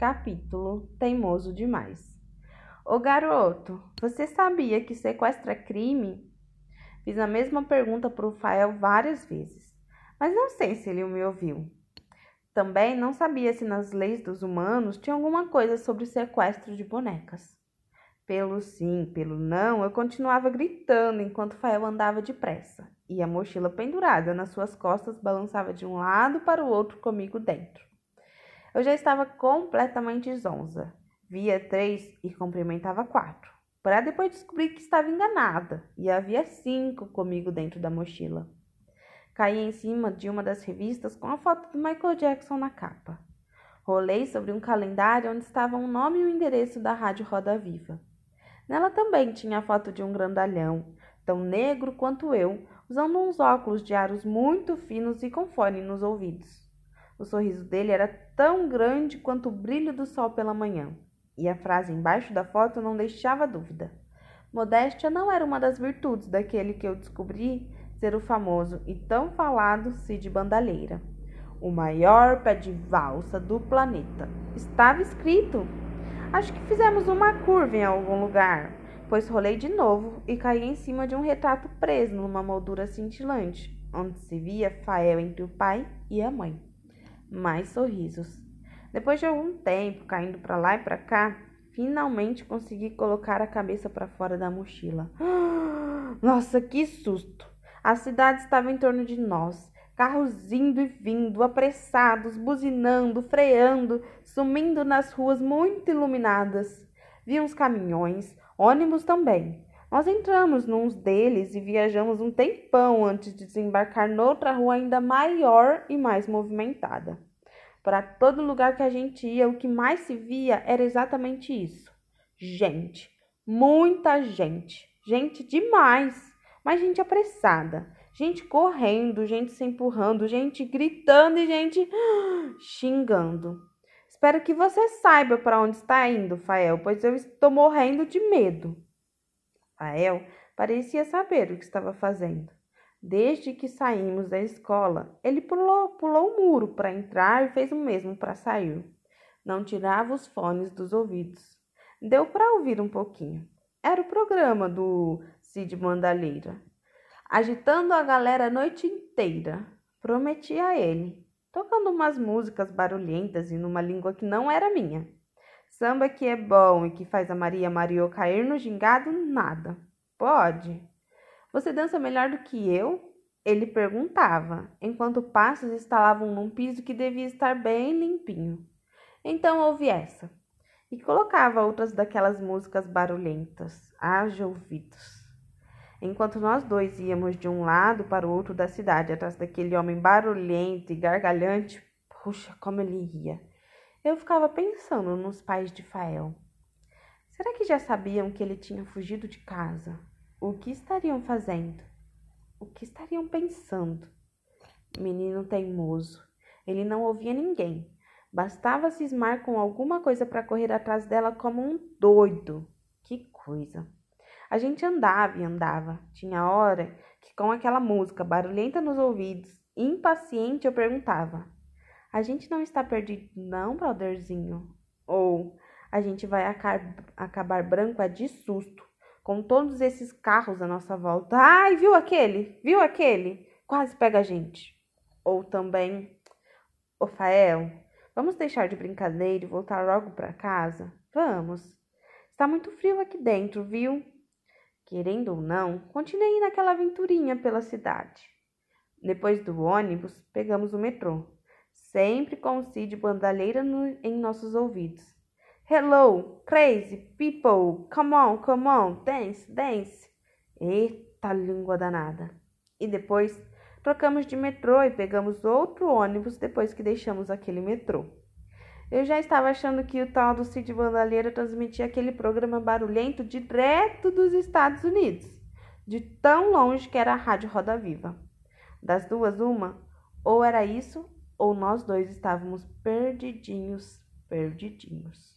Capítulo Teimoso Demais. Ô garoto, você sabia que sequestro é crime? Fiz a mesma pergunta para o Fael várias vezes, mas não sei se ele me ouviu. Também não sabia se nas leis dos humanos tinha alguma coisa sobre sequestro de bonecas. Pelo sim, pelo não, eu continuava gritando enquanto Fael andava depressa, e a mochila pendurada nas suas costas balançava de um lado para o outro comigo dentro. Eu já estava completamente zonza. Via 3 e cumprimentava 4, para depois descobrir que estava enganada e havia 5 comigo dentro da mochila. Caí em cima de uma das revistas com a foto do Michael Jackson na capa. Rolei sobre um calendário onde estavam o nome e o endereço da Rádio Roda Viva. Nela também tinha a foto de um grandalhão, tão negro quanto eu, usando uns óculos de aros muito finos e com fone nos ouvidos. O sorriso dele era tão grande quanto o brilho do sol pela manhã, e a frase embaixo da foto não deixava dúvida. Modéstia não era uma das virtudes daquele que eu descobri ser o famoso e tão falado Cid Bandalheira. O maior pé de valsa do planeta. Estava escrito. Acho que fizemos uma curva em algum lugar, pois rolei de novo e caí em cima de um retrato preso numa moldura cintilante, onde se via Fael entre o pai e a mãe. Mais sorrisos. Depois de algum tempo caindo para lá e para cá, finalmente consegui colocar a cabeça para fora da mochila. Nossa, que susto! A cidade estava em torno de nós, carros indo e vindo, apressados, buzinando, freando, sumindo nas ruas muito iluminadas. Vi uns caminhões, ônibus também. Nós entramos num deles e viajamos um tempão antes de desembarcar noutra rua ainda maior e mais movimentada. Para todo lugar que a gente ia, o que mais se via era exatamente isso. Gente, muita gente, gente demais, mas gente apressada, gente correndo, gente se empurrando, gente gritando e gente xingando. Espero que você saiba para onde está indo, Fael, pois eu estou morrendo de medo. Fael parecia saber o que estava fazendo. Desde que saímos da escola, ele pulou o muro para entrar e fez o mesmo para sair. Não tirava os fones dos ouvidos. Deu para ouvir um pouquinho. Era o programa do Cid Bandalheira, agitando a galera a noite inteira. Prometi a ele, tocando umas músicas barulhentas e numa língua que não era minha. Samba que é bom e que faz a Maria Mariô cair no gingado, nada. Pode? Você dança melhor do que eu? Ele perguntava, enquanto passos estalavam num piso que devia estar bem limpinho. Então ouvi essa. E colocava outras daquelas músicas barulhentas. Haja ouvidos. Enquanto nós dois íamos de um lado para o outro da cidade, atrás daquele homem barulhento e gargalhante, puxa, como ele ria. Eu ficava pensando nos pais de Fael. Será que já sabiam que ele tinha fugido de casa? O que estariam fazendo? O que estariam pensando? Menino teimoso. Ele não ouvia ninguém. Bastava cismar com alguma coisa para correr atrás dela como um doido. Que coisa! A gente andava e andava. Tinha hora que, com aquela música barulhenta nos ouvidos, impaciente, eu perguntava: a gente não está perdido não, brotherzinho? Ou a gente vai acabar branco de susto, com todos esses carros à nossa volta. Ai, viu aquele? Viu aquele? Quase pega a gente. Ou também, ô Fael, vamos deixar de brincadeira e voltar logo para casa? Vamos. Está muito frio aqui dentro, viu? Querendo ou não, continuei naquela aventurinha pela cidade. Depois do ônibus, pegamos o metrô, sempre com o Cid Bandalheira em nossos ouvidos. Hello, crazy people, come on, dance, dance. Eita língua danada. E depois trocamos de metrô e pegamos outro ônibus depois que deixamos aquele metrô. Eu já estava achando que o tal do Cid Bandalheira transmitia aquele programa barulhento direto dos Estados Unidos, de tão longe que era a Rádio Roda Viva. Das duas, uma, ou era isso, ou nós dois estávamos perdidinhos.